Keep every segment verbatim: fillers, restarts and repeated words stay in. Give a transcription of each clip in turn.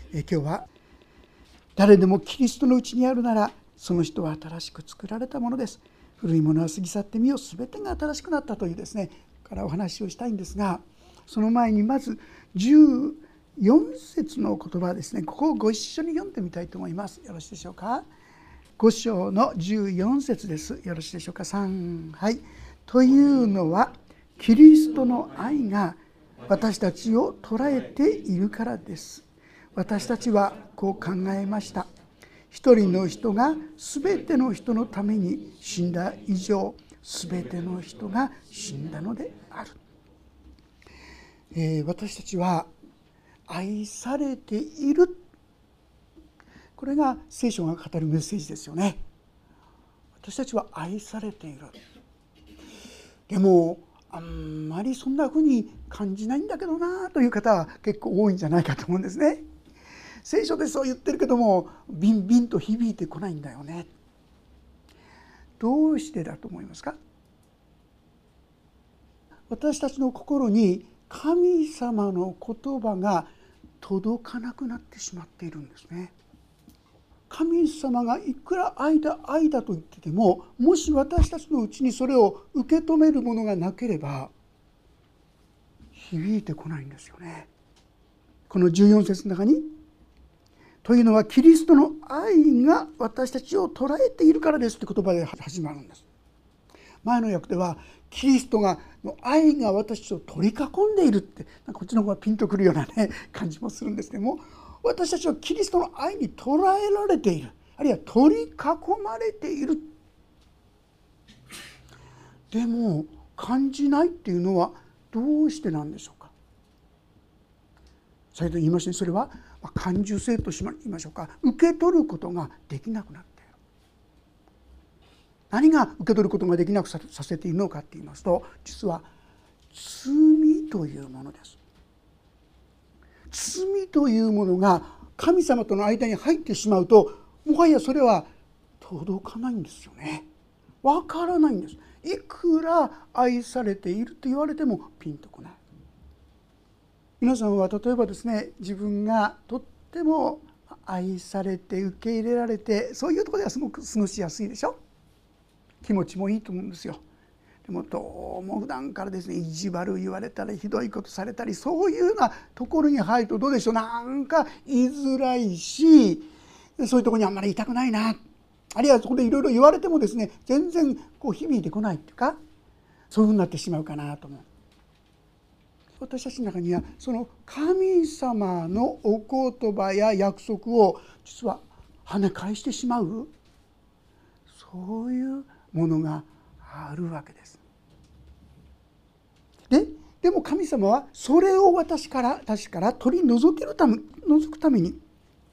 え今日は誰でもキリストのうちにあるならその人は新しく作られたものです。古いものは過ぎ去ってみよ、すべてが新しくなったというですねからお話をしたいんですが、その前にまずじゅうよん節の言葉ですね、ここをご一緒に読んでみたいと思います。よろしいでしょうか。ご章のじゅうよん節です。よろしいでしょうか。さんはいというのはキリストの愛が私たちを捉えているからです。私たちはこう考えました。一人の人がすべての人のために死んだ以上、すべての人が死んだのである。えー、私たちは愛されている。これが聖書が語るメッセージですよね。私たちは愛されている。でもあんまりそんなふうに感じないんだけどなという方は結構多いんじゃないかと思うんですね。聖書でそう言ってるけどもビンビンと響いてこないんだよね。どうしてだと思いますか。私たちの心に神様の言葉が届かなくなってしまっているんですね。神様がいくら愛だ愛だと言ってても、もし私たちのうちにそれを受け止めるものがなければ響いてこないんですよね。このじゅうよん節の中にというのはキリストの愛が私たちを捉えているからですという言葉で始まるんです。前の訳ではキリストがの愛が私たちを取り囲んでいるって、なんかこっちの方がピンとくるような、ね、感じもするんですけども、私たちはキリストの愛に捉えられている、あるいは取り囲まれている。でも感じないっていうのはどうしてなんでしょうか。先ほど言いましたね、それは感受性としま言いましょうか、受け取ることができなくなっている。何が受け取ることができなくさせているのかと言いますと、実は罪というものです。罪というものが神様との間に入ってしまうと、もはやそれは届かないんですよね。わからないんです。いくら愛されていると言われてもピンとこない。皆さんは例えばですね、自分がとっても愛されて受け入れられて、そういうところではすごく過ごしやすいでしょ。気持ちもいいと思うんですよ。でもどうも普段からですね、意地悪言われたりひどいことされたり、そういうようなところに入るとどうでしょう、なんか言いづらいし、そういうところにあんまりいたくないな、あるいはそこでいろいろ言われてもですね、全然こう響いてこないっていうか、そういうふうになってしまうかなと思う。私たちの中にはその神様のお言葉や約束を実は跳ね返してしまう、そういうものがあるわけです。で、でも神様はそれを私から私から取り除けるため除くために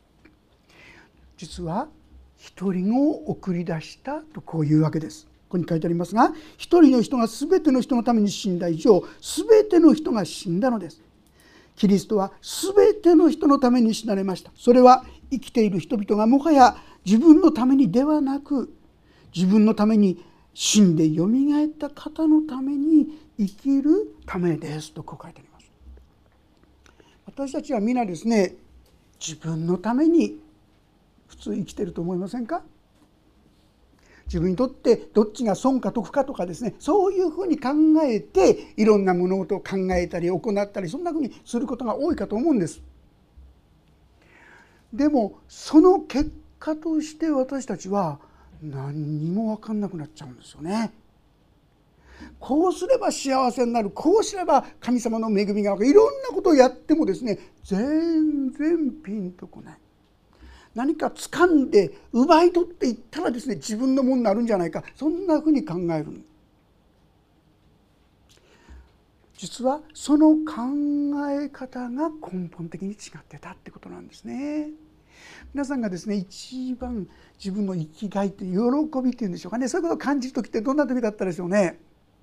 実は一人子を送り出したとこういうわけです。ここに書いてありますが、一人の人がすべての人のために死んだ以上、すべての人が死んだのです。キリストはすべての人のために死なれました。それは生きている人々がもはや自分のためにではなく、自分のために死んでよみがえった方のために生きるためですとこう書いてあります。私たちは皆ですね、自分のために普通生きていると思いませんか。自分にとってどっちが損か得かとかですね、そういうふうに考えていろんな物事を考えたり行ったり、そんなふうにすることが多いかと思うんです。でもその結果として私たちは何にも分かんなくなっちゃうんですよね。こうすれば幸せになる、こうすれば神様の恵みが分かる、いろんなことをやってもですね、全然ピンとこない。何か掴んで奪い取っていったらですね、自分のものになるんじゃないか、そんなふうに考える。実はその考え方が根本的に違ってたってことなんですね。皆さんがですね、一番自分の生きがいという喜びっていうんでしょうかね、そういうことを感じる時ってどんな時だったでしょうね。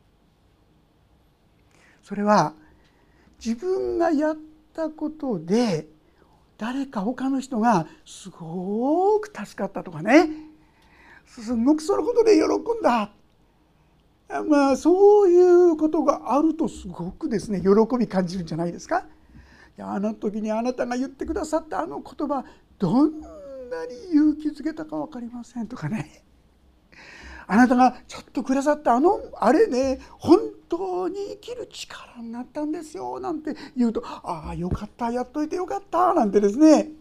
それは自分がやったことで誰か他の人がすごく助かったとかね、すごくそのことで喜んだ、まあそういうことがあるとすごくですね、喜び感じるんじゃないですか。 やあの時にあなたが言ってくださったあの言葉、どんなに勇気づけたか分かりませんとかね、あなたがちょっとくださったあのあれね、本当に生きる力になったんですよなんて言うと、ああよかった、やっといてよかったなんてですね。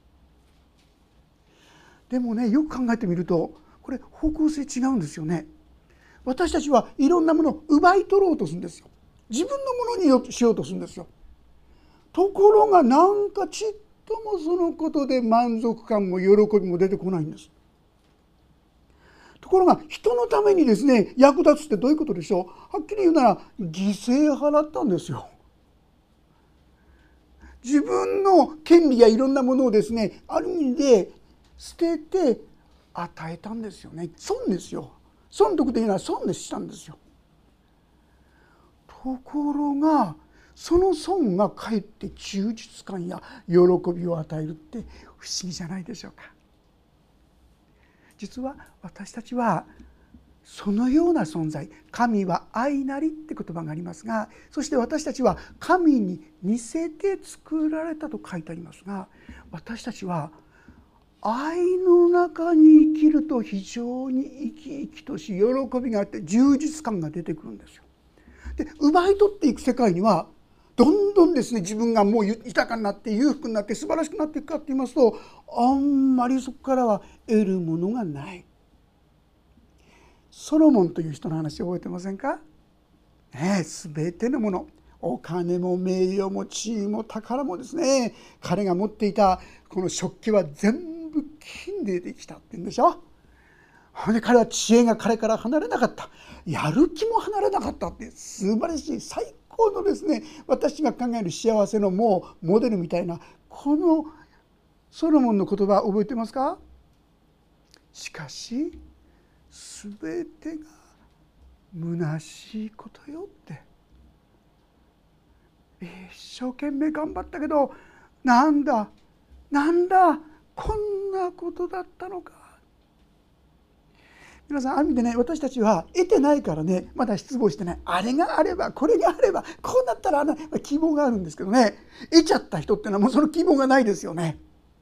でもね、よく考えてみるとこれ方向性違うんですよね。私たちはいろんなものを奪い取ろうとするんですよ。自分のものにしようとするんですよ。ところがなんかちっともそのことで満足感も喜びも出てこないんです。ところが人のためにですね役立つってどういうことでしょう。はっきり言うなら犠牲払ったんですよ。自分の権利やいろんなものをですねある意味で捨てて与えたんですよね。損ですよ。損得というのは損でしたんですよ。ところがその損がかえって充実感や喜びを与えるって不思議じゃないでしょうか。実は私たちはそのような存在、神は愛なりって言葉がありますが、そして私たちは神に似せて作られたと書いてありますが、私たちは愛の中に生きると非常に生き生きとし喜びがあって充実感が出てくるんですよ。で、奪い取っていく世界にはどんどんですね自分がもう豊かになって裕福になって素晴らしくなっていくかって言いますと、あんまりそこからは得るものがない。ソロモンという人の話覚えてませんかね。すべてのもの、お金も名誉も地位も宝もですね、彼が持っていたこの食器は全部金でできたって言うんでしょ。で彼は知恵が彼から離れなかった、やる気も離れなかったって素晴らしい最高のですね、私が考える幸せのもうモデルみたいなこのソロモンの言葉覚えてますか。しかしすべてが虚しいことよって、一生懸命頑張ったけどなんだなんだこんなことだったのか。皆さん、ある意味でね、私たちは得てないからね、まだ失望してない。あれがあればこれがあればこうなったらあの希望があるんですけどね、得ちゃった人っていうのはもうその希望がないですよね。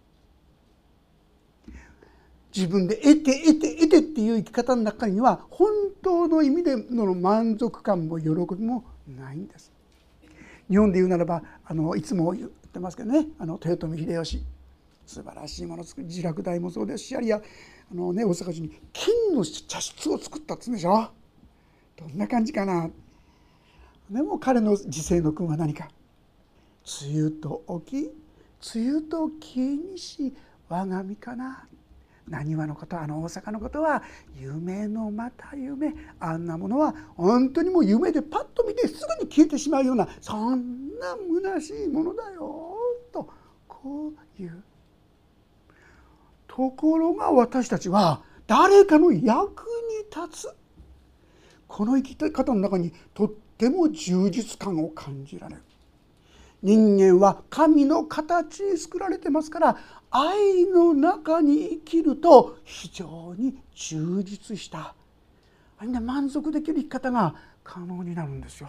自分で得て得て得てっていう生き方の中には本当の意味での満足感も喜びもないんです。日本で言うならばあのいつも言ってますけどね、あの豊臣秀吉素晴らしいものを作る、自落台もそうですし、あるいはあの、ね、大阪城に金の茶室を作ったって言うんでしょ。どんな感じかな。でも彼の自世の訓は何か。梅雨と起き梅雨と消えにし我が身かな。何話のこと、あの大阪のことは夢のまた夢、あんなものは本当にもう夢でパッと見てすぐに消えてしまうようなそんな虚しいものだよとこういう。ところが私たちは誰かの役に立つこの生き方の中にとっても充実感を感じられる。人間は神の形に作られてますから、愛の中に生きると非常に充実した満足できる生き方が可能になるんですよ。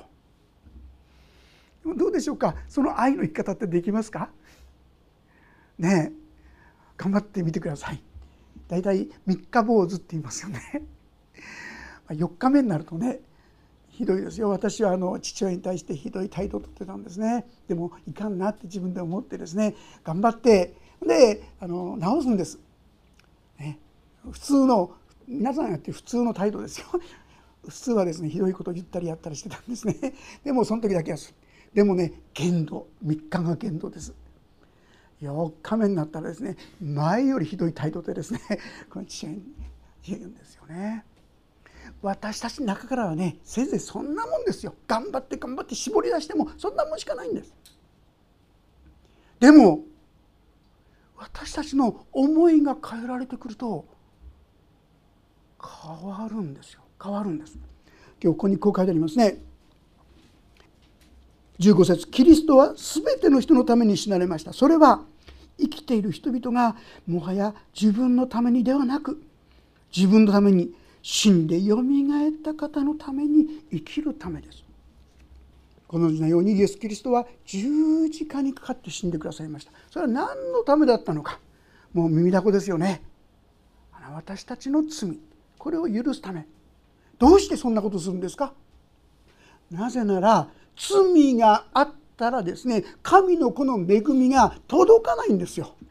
どうでしょうか。その愛の生き方ってできますかね。え頑張ってみてください。だいたい三日坊主って言いますよね。よっかめになるとねひどいですよ。私はあの父親に対してひどい態度をとってたんですね。でもいかんなって自分で思ってですね、頑張ってであの直すんです、ね、普通の皆さんやって普通の態度ですよ。普通はですねひどいことを言ったりやったりしてたんですね。でもその時だけはする。でもね限度みっかが限度です。よっかめになったらですね前よりひどい態度でですねこの父親に言うんですよね。私たちの中からはねせいぜいそんなもんですよ。頑張って頑張って絞り出してもそんなもんしかないんです。でも私たちの思いが変えられてくると変わるんですよ。変わるんです。今日ここにこう書いてありますね。じゅうご節、キリストはすべての人のために死なれました。それは生きている人々がもはや自分のためにではなく、自分のために死んでよみがえった方のために生きるためです。 ご存知のようにイエス・キリストは十字架にかかって死んでくださいました。それは何のためだったのか、もう耳だこですよね。私たちの罪、これを許すため。どうしてそんなことをするんですか。なぜなら罪があったらですね、神のこの恵みが届かないんですよ。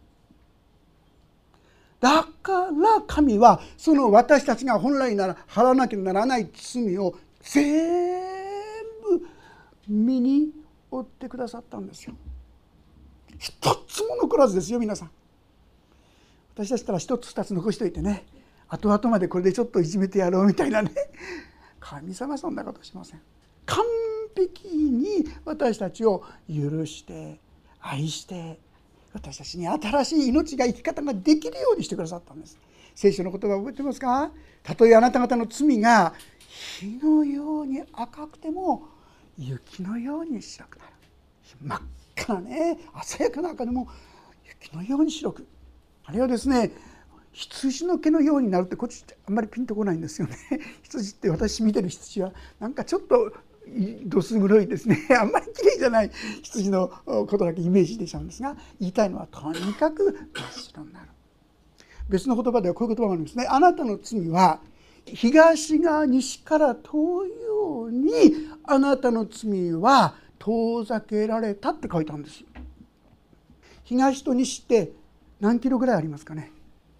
だから神はその私たちが本来なら払わなきゃならない罪を全部身に負ってくださったんですよ。一つも残らずですよ。皆さん、私たちから一つ二つ残しておいてね、後々までこれでちょっといじめてやろうみたいなね、神様はそんなことしません。完璧に私たちを許して愛して、私たちに新しい命が生き方ができるようにしてくださったんです。聖書の言葉を覚えてますか。たとえあなた方の罪が火のように赤くても雪のように白くなる。真っ赤なね、鮮やかな赤でも雪のように白く、あるいはですね、羊の毛のようになるって、こっちってあんまりピンとこないんですよね。羊って、私見てる羊はなんかちょっとどす黒いですね、あんまり綺麗じゃない羊のことだけイメージでしちゃうんですが、言いたいのはとにかく真っ白になる。別の言葉ではこういう言葉があるんですね。あなたの罪は東が西から遠いようにあなたの罪は遠ざけられたって書いたんです。東と西って何キロぐらいありますかね。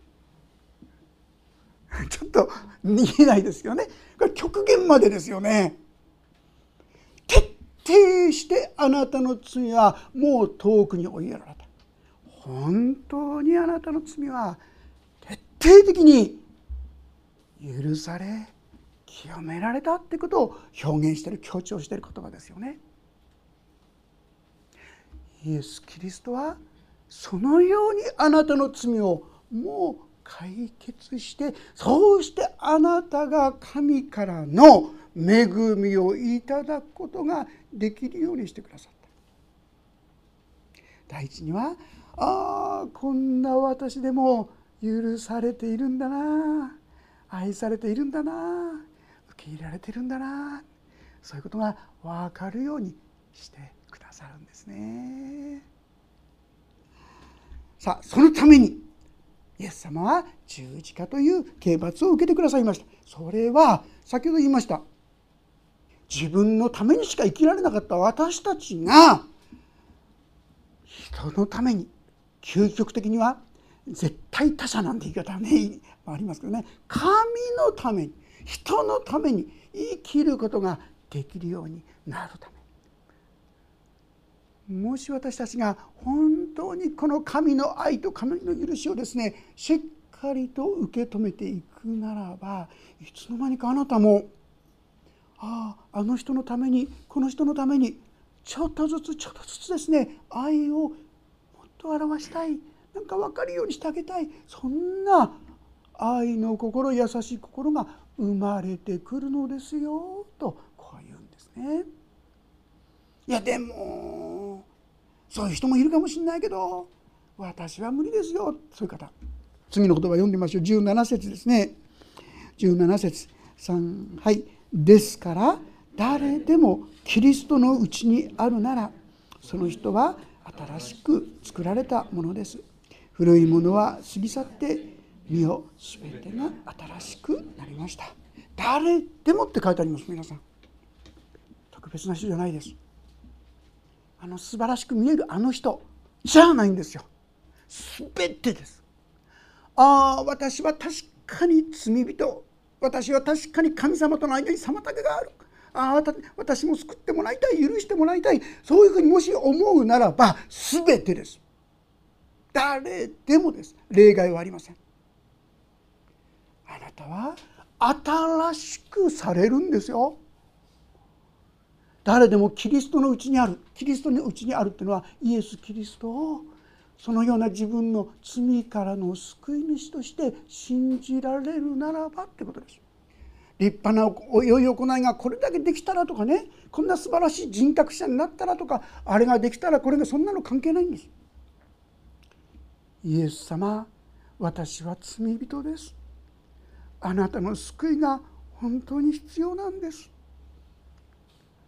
ちょっと見えないですよね。これ極限までですよね。徹底してあなたの罪はもう遠くに追いやられた。本当にあなたの罪は徹底的に許され清められたってことを表現している、強調している言葉ですよね。イエス・キリストはそのようにあなたの罪をもう解決して、そうしてあなたが神からの恵みをいただくことができるようにしてくださった。第一には、ああこんな私でも許されているんだな、愛されているんだな、受け入れられているんだな、そういうことが分かるようにしてくださるんですね。さあ、そのためにイエス様は十字架という刑罰を受けてくださいました。それは先ほど言いました、自分のためにしか生きられなかった私たちが人のために、究極的には絶対他者なんて言い方はねありますけどね、神のために、人のために生きることができるようになるため、もし私たちが本当にこの神の愛と神の許しをですね、しっかりと受け止めていくならば、いつの間にかあなたも、あああの人のために、この人のためにちょっとずつちょっとずつですね、愛をもっと表したい、なんか分かるようにしてあげたい、そんな愛の心、優しい心が生まれてくるのですよと、こう言うんですね。いやでもそういう人もいるかもしれないけど私は無理ですよ、そういう方、次の言葉読んでみましょう。じゅうなな節ですね。じゅうなな節、さん、はい。ですから誰でもキリストのうちにあるなら、その人は新しく作られたものです。古いものは過ぎ去って見よ、すべてが新しくなりました。誰でもって書いてあります。皆さん、特別な人じゃないです。あの素晴らしく見えるあの人じゃないんですよ。すべてです。ああ私は確かに罪人、私は確かに神様との間に妨げがある、ああ私も救ってもらいたい、許してもらいたい、そういうふうにもし思うならばすべてです。誰でもです。例外はありません。あなたは新しくされるんですよ。誰でもキリストのうちにある、キリストのうちにあるというのはイエス・キリストをそのような自分の罪からの救い主として信じられるならばってことです。立派な良い行いがこれだけできたらとかね、こんな素晴らしい人格者になったらとか、あれができたらこれが、そんなの関係ないんです。イエス様、私は罪人です。あなたの救いが本当に必要なんです。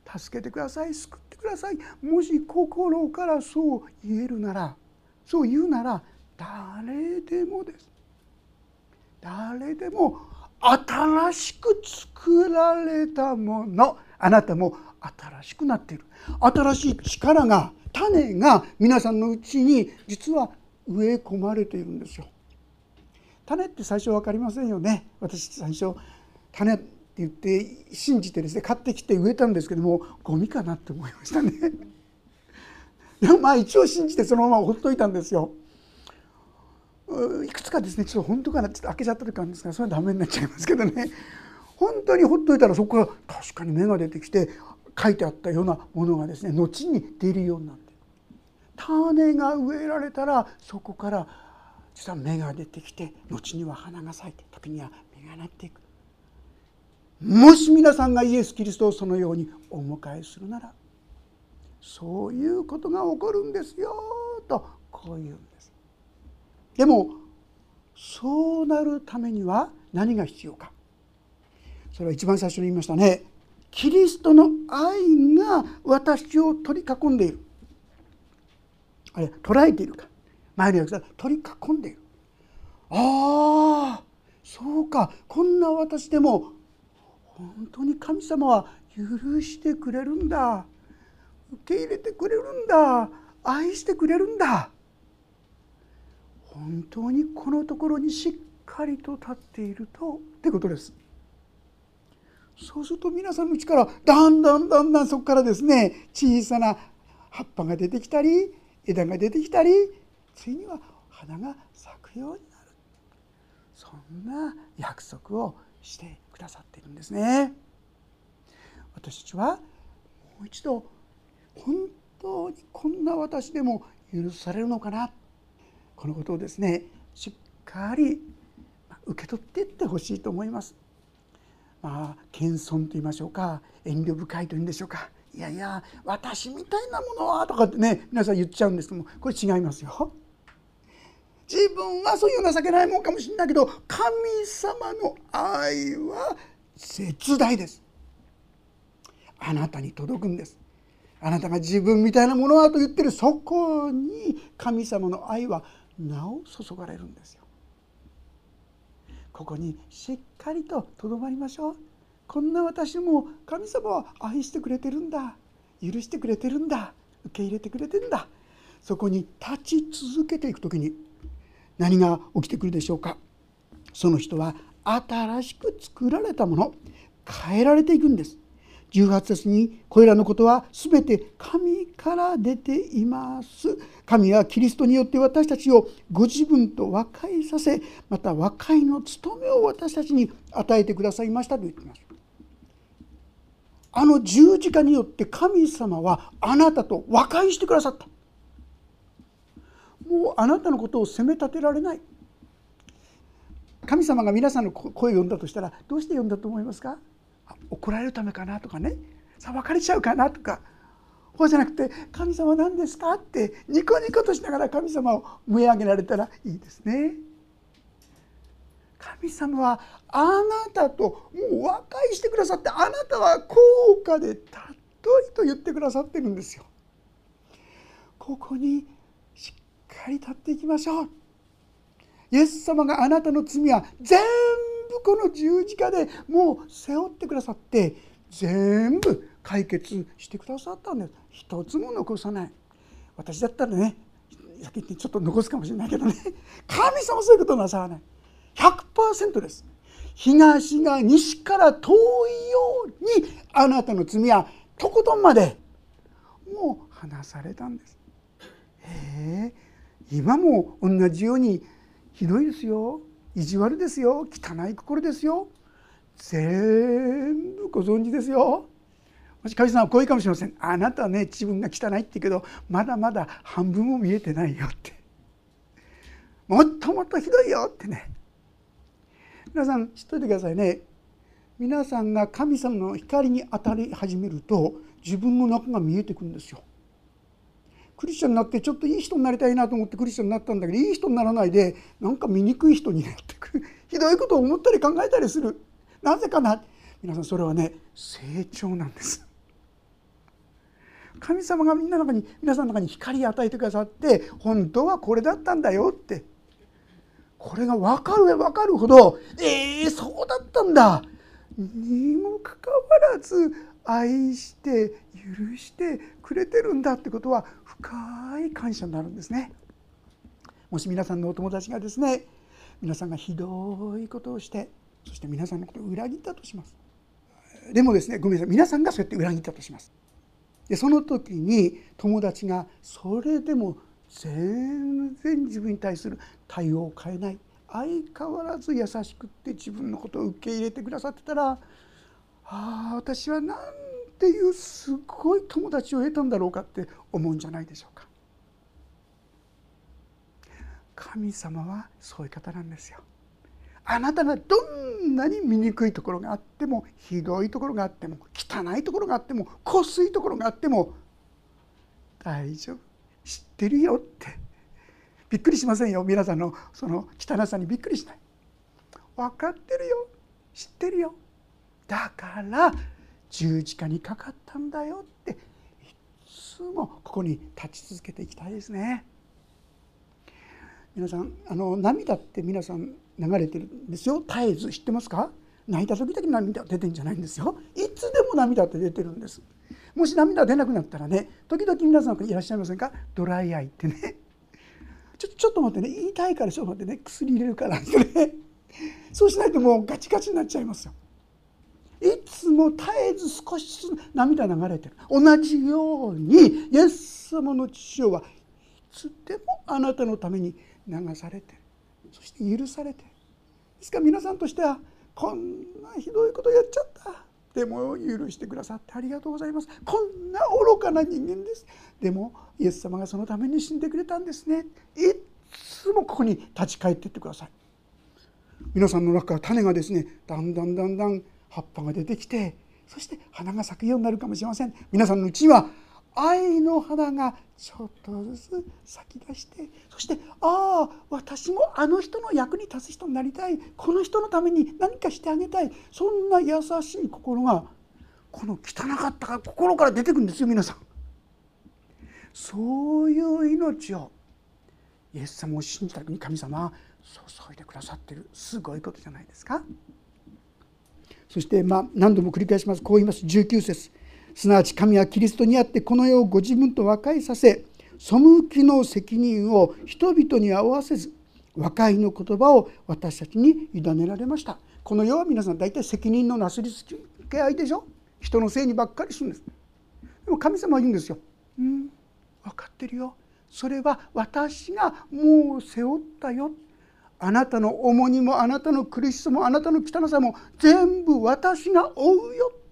助けてください、救ってください。もし心からそう言えるなら、そう言うなら誰でもです。誰でも新しく作られたもの、あなたも新しくなっている。新しい力が、種が皆さんのうちに実は植え込まれているんですよ。種って最初分かりませんよね。私最初種って言って信じてですね、買ってきて植えたんですけども、ゴミかなって思いましたね。でもまあ一応信じてそのままほっといたんですよ。いくつかですね、ちょっと本当かなって開けちゃった時あるんですが、それはダメになっちゃいますけどね。本当にほっといたらそこから確かに芽が出てきて、書いてあったようなものがですね、後に出るようになって、種が植えられたらそこから実は芽が出てきて、後には花が咲いて、時には実がなっていく。もし皆さんがイエス・キリストをそのようにお迎えするなら、そういうことが起こるんですよとこう言うんです。でもそうなるためには何が必要か。それは一番最初に言いましたね。キリストの愛が私を取り囲んでいる。あるいは捉えているか。前の訳は取り囲んでいる。ああ、そうか。こんな私でも本当に神様は許してくれるんだ。受け入れてくれるんだ。愛してくれるんだ。本当にこのところにしっかりと立っているとってことです。そうすると皆さんのうちからだんだんだんだんそこからですね、小さな葉っぱが出てきたり、枝が出てきたり、ついには花が咲くようになる。そんな約束をしてくださっているんですね。私たちはもう一度、本当にこんな私でも許されるのかな、このことをですね、しっかり受け取っていってほしいと思います。まあ謙遜と言いましょうか、遠慮深いというんでしょうか、いやいや私みたいなものはとかってね、皆さん言っちゃうんですけども、これ違いますよ。自分はそういう情けないもんかもしれないけど、神様の愛は絶大です。あなたに届くんです。あなたが自分みたいなものはと言ってるそこに神様の愛はなお注がれるんですよ。ここにしっかりととどまりましょう。こんな私も神様は愛してくれてるんだ、許してくれてるんだ、受け入れてくれてるんだ。そこに立ち続けていくときに何が起きてくるでしょうか。その人は新しく作られたもの、変えられていくんです。じゅうはち節にこれらのことはすべて神から出ています。神はキリストによって私たちをご自分と和解させ、また和解の務めを私たちに与えてくださいましたと言っています。あの十字架によって神様はあなたと和解してくださった。もうあなたのことを責め立てられない。神様が皆さんの声を呼んだとしたらどうして呼んだと思いますか。怒られるためかなとかね、さあ別れちゃうかなとか、そうじゃなくて神様何ですかってニコニコとしながら神様を見上げられたらいいですね。神様はあなたともう和解してくださって、あなたは高価で尊いと言ってくださってるんですよ。ここにしっかり立っていきましょう。イエス様があなたの罪は全部この十字架でもう背負ってくださって、全部解決してくださったんです。一つも残さない。私だったらね、さっき言ってちょっと残すかもしれないけどね、神様そういうことなさらない。 ひゃくパーセント です。東が西から遠いようにあなたの罪はとことんまでもう離されたんです。へえ、今も同じようにひどいですよ、意地悪ですよ、汚い心ですよ、全部ご存知ですよ。もし神様はこういうかもしれません。あなたはね、自分が汚いって言うけどまだまだ半分も見えてないよって、もっともっとひどいよってね。皆さん知っといてくださいね。皆さんが神様の光に当たり始めると自分の中が見えてくるんですよ。クリスチャンになってちょっといい人になりたいなと思ってクリスチャンになったんだけど、いい人にならないでなんか醜い人になってくる、ひどいことを思ったり考えたりする。なぜかな。皆さんそれはね、成長なんです。 神様がみんなの中に皆さんの中に光を与えてくださって、本当はこれだったんだよって、これが分かる分かるほど、えー、そうだったんだにもかかわらず愛して許してくれてるんだってことは深い感謝になるんですね。もし皆さんのお友達がですね、皆さんがひどいことをして、そして皆さんのことを裏切ったとします。でもですね、ごめんなさい、皆さんがそうやって裏切ったとします。でその時に友達がそれでも全然自分に対する対応を変えない、相変わらず優しくって自分のことを受け入れてくださってたら、ああ私はなんていうすごい友達を得たんだろうかって思うんじゃないでしょうか。神様はそういう方なんですよ。あなたがどんなに醜いところがあっても、ひどいところがあっても、汚いところがあっても、こすいところがあっても、大丈夫、知ってるよって。びっくりしませんよ、皆さんのその汚さにびっくりしない。分かってるよ、知ってるよ、だから十字架にかかったんだよって、いつもここに立ち続けていきたいですね。皆さん、あの涙って皆さん流れてるんですよ。絶えず。知ってますか？泣いた時だけ涙出てるんじゃないんですよ。いつでも涙って出てるんです。もし涙出なくなったらね、時々皆さんいらっしゃいませんか？ドライアイってね、ちょ, ちょっと待ってね、言いたいからちょっと待ってね、薬入れるからってね、そうしないともうガチガチになっちゃいますよ。いつも絶えず少しずつ涙流れてる。同じようにイエス様の父親はいつでもあなたのために流されてる、そして許されてる。ですから皆さんとしては、こんなひどいことやっちゃった、でも許してくださってありがとうございます、こんな愚かな人間です、でもイエス様がそのために死んでくれたんですね、いつもここに立ち返っていってください。皆さんの中から種がですね、だんだんだんだん葉っぱが出てきて、そして花が咲くようになるかもしれません。皆さんのうちには愛の花がちょっとずつ咲き出して、そしてああ私もあの人の役に立つ人になりたい、この人のために何かしてあげたい、そんな優しい心がこの汚かった心から出てくるんですよ。皆さん、そういう命をイエス様を信じた時に神様は注いでくださっている、すごいことじゃないですか。そしてまあ何度も繰り返します。こう言います。じゅうきゅう節、すなわち神はキリストにあってこの世をご自分と和解させ、背きの責任を人々に合わせず和解の言葉を私たちに委ねられました。この世は皆さん大体責任のなすりつけ合いでしょ。人のせいにばっかりするんです。でも神様は言うんですよ、うん、分かってるよ、それは私がもう背負ったよ、あなたの重荷もあなたの苦しさもあなたの汚さも全部私が負うよって、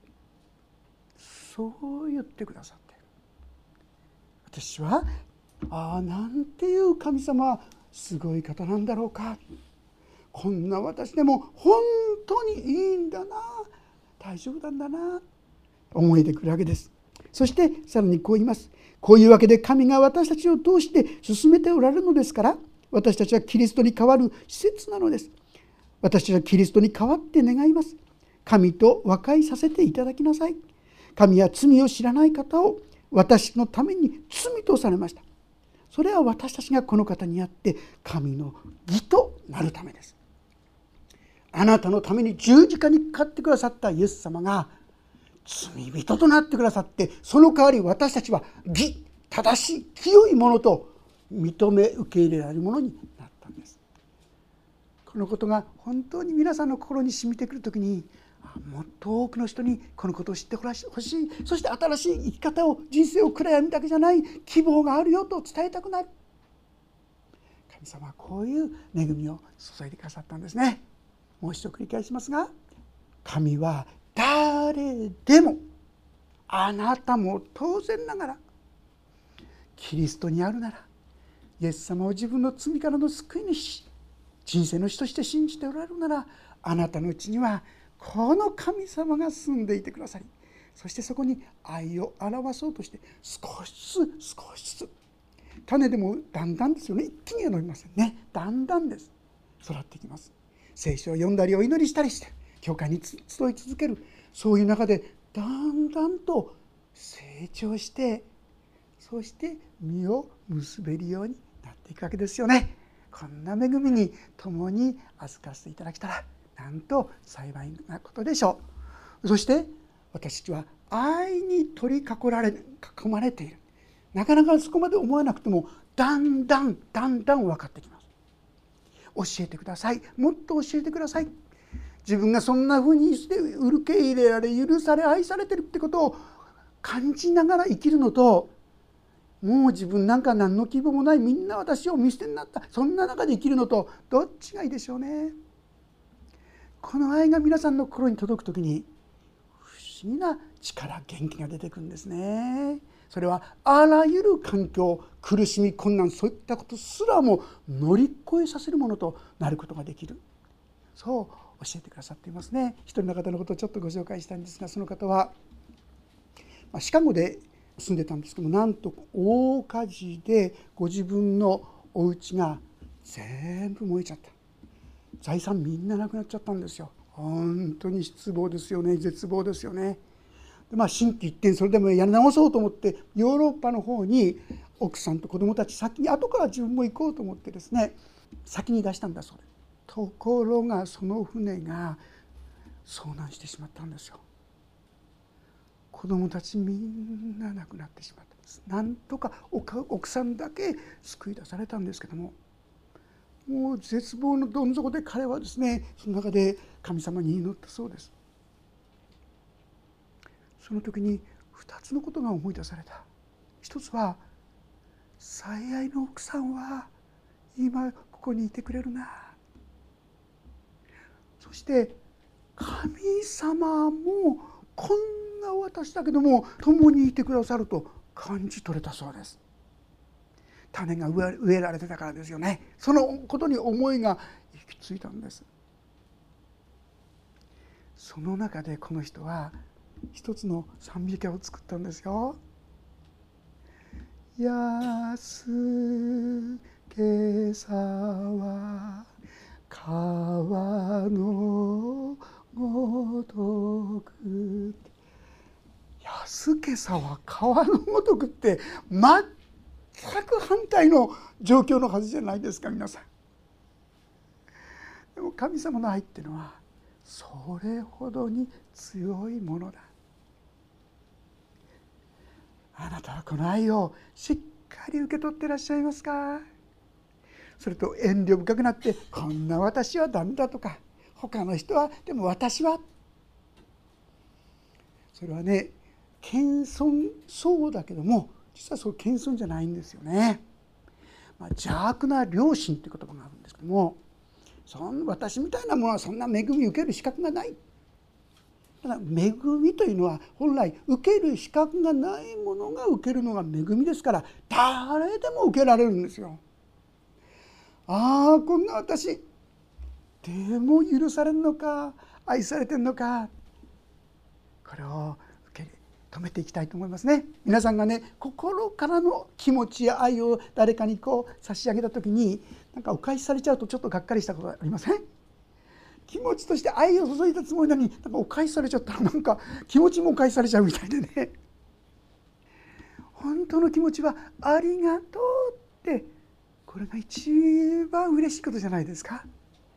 そう言ってくださって、私はああなんていう神様、すごい方なんだろうか、こんな私でも本当にいいんだな、大丈夫なんだな、思えてくるわけです。そしてさらにこう言います。こういうわけで神が私たちを通して進めておられるのですから、私たちはキリストに代わる施設なのです。私たちはキリストに代わって願います。神と和解させていただきなさい。神は罪を知らない方を私のために罪とされました。それは私たちがこの方にあって神の義となるためです。あなたのために十字架にかかってくださったイエス様が罪人となってくださって、その代わり私たちは義、正しい、清いものと認め受け入れられるものになったんです。このことが本当に皆さんの心に染みてくるときに、もっと多くの人にこのことを知ってほしい、そして新しい生き方を、人生を暗闇だけじゃない希望があるよと伝えたくなる。神様はこういう恵みを注いでくださったんですね。もう一度繰り返しますが、神は誰でも、あなたも当然ながらキリストにあるなら、イエス様を自分の罪からの救い主、人生の主として信じておられるなら、あなたのうちにはこの神様が住んでいてくださり、そしてそこに愛を表そうとして少しずつ少しずつ、種でもだんだんですよね、一気には伸びませんね、だんだんです、育っていきます。聖書を読んだりお祈りしたりして教会に集い続ける、そういう中でだんだんと成長して、そして実を結べるようになっていくわけですよね。こんな恵みに共に預かせていただけたらなんと幸いなことでしょう。そして私たちは愛に取り囲られ囲まれている。なかなかそこまで思わなくてもだんだんだんだん分かってきます。教えてください、もっと教えてください。自分がそんなふうにして受け入れられ、許され、愛されてるってことを感じながら生きるのと、もう自分なんか何の希望もない、みんな私を見捨てになった、そんな中で生きるのとどっちがいいでしょうね。この愛が皆さんの心に届くときに不思議な力、元気が出てくるんですね。それはあらゆる環境、苦しみ、困難、そういったことすらも乗り越えさせるものとなることができる、そう教えてくださっていますね。一人の方のことをちょっとご紹介したいんですが、その方はシカゴで住んでたんですけども、なんと大火事でご自分のお家が全部燃えちゃった。財産みんななくなっちゃったんですよ。本当に失望ですよね。絶望ですよね。で、まあ、心機一転、それでもやり直そうと思ってヨーロッパの方に奥さんと子供たち先に、後から自分も行こうと思ってですね、先に出したんだそうです。ところがその船が遭難してしまったんですよ。子供たちみんな亡くなってしまったんです。なんとか奥さんだけ救い出されたんですけども、もう絶望のどん底で彼はですね、その中で神様に祈ったそうです。その時にふたつのことが思い出された。一つは、最愛の奥さんは今ここにいてくれるな。そして神様もこんな私だけども共にいてくださると感じ取れたそうです。種が植えられてたからですよね。そのことに思いが行き着いたんです。その中でこの人は一つの賛美歌を作ったんですよ。安けさは川のごとく、安けさは川のごとくって全く反対の状況のはずじゃないですか、皆さん。でも神様の愛っていうのはそれほどに強いものだ。あなたはこの愛をしっかり受け取っていらっしゃいますか？それと遠慮深くなって、こんな私はダメだとか、他の人はでも私は、それはね、謙遜そうだけども実はそう謙遜じゃないんですよね。まあ、邪悪な良心という言葉があるんですけども、そん私みたいなものはそんな恵み受ける資格がない。ただ恵みというのは本来受ける資格がないものが受けるのが恵みですから、誰でも受けられるんですよ。ああ、こんな私でも許されるのか、愛されてるのか、これを受け止めていきたいと思いますね。皆さんがね、心からの気持ちや愛を誰かにこう差し上げた時に、なんかお返しされちゃうとちょっとがっかりしたことありません？気持ちとして愛を注いだつもりなのに、なんかお返しされちゃったら、なんか気持ちもお返しされちゃうみたいでね。本当の気持ちはありがとうって、これが一番嬉しいことじゃないですか。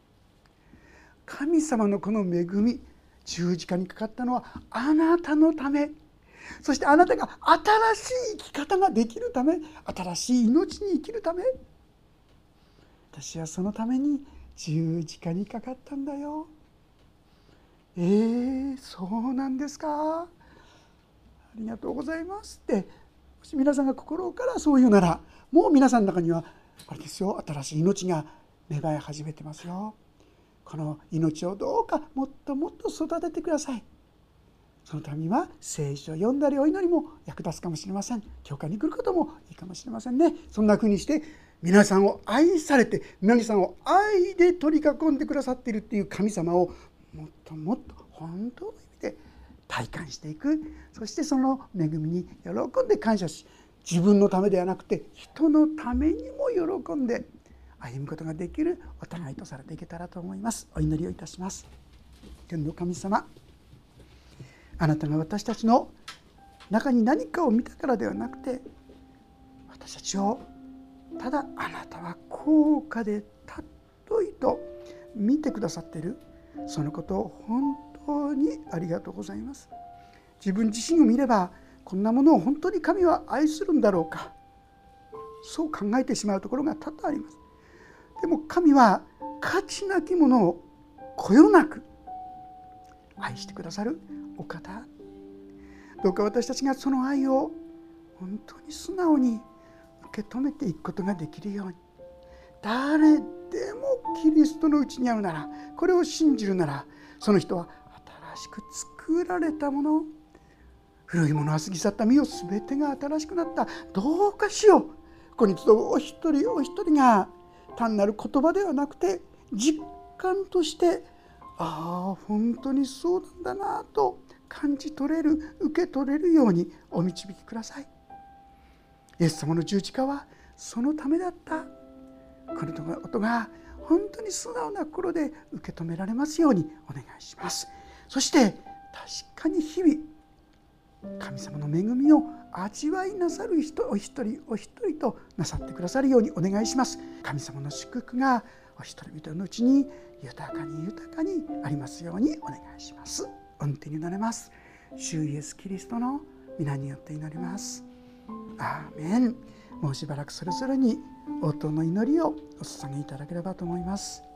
神様のこの恵み、十字架にかかったのはあなたのため、そしてあなたが新しい生き方ができるため、新しい命に生きるため、私はそのために十字架にかかったんだよ。えー、そうなんですか、ありがとうございますって、もし皆さんが心からそう言うなら、もう皆さんの中にはあれですよ、新しい命が芽生え始めてますよ。この命をどうかもっともっと育ててください。そのためには聖書を読んだりお祈りも役立つかもしれません。教会に来ることもいいかもしれませんね。そんなふうにして皆さんを愛されて、皆さんを愛で取り囲んでくださっているっていう神様をもっともっと本当の意味で体感していく。そしてその恵みに喜んで感謝し、自分のためではなくて人のためにも喜んで歩むことができるお互いとされていけたらと思います。お祈りをいたします。天の神様、あなたが私たちの中に何かを見たからではなくて、私たちをただあなたは高価で尊いと見てくださっている、そのことを本当にありがとうございます。自分自身を見れば、こんなものを本当に神は愛するんだろうか、そう考えてしまうところが多々あります。でも神は価値なきものをこよなく愛してくださるお方。どうか私たちがその愛を本当に素直に受け止めていくことができるように、誰でもキリストのうちにあるなら、これを信じるなら、その人は新しく作られたもの、古いものは過ぎ去った、見よすべてが新しくなった。どうかしよう。ここに集うお一人お一人が単なる言葉ではなくて、実感として、ああ本当にそうなんだなと感じ取れる、受け取れるようにお導きください。イエス様の十字架はそのためだった。このことが本当に素直な心で受け止められますようにお願いします。そして確かに日々神様の恵みを味わいなさる人お一人お一人となさってくださるようにお願いします。神様の祝福がお一人々のうちに豊かに豊かにありますようにお願いします。御手になれます。主イエスキリストの皆によって祈ります。アーメン。もうしばらくそれぞれに応答の祈りをお捧げいただければと思います。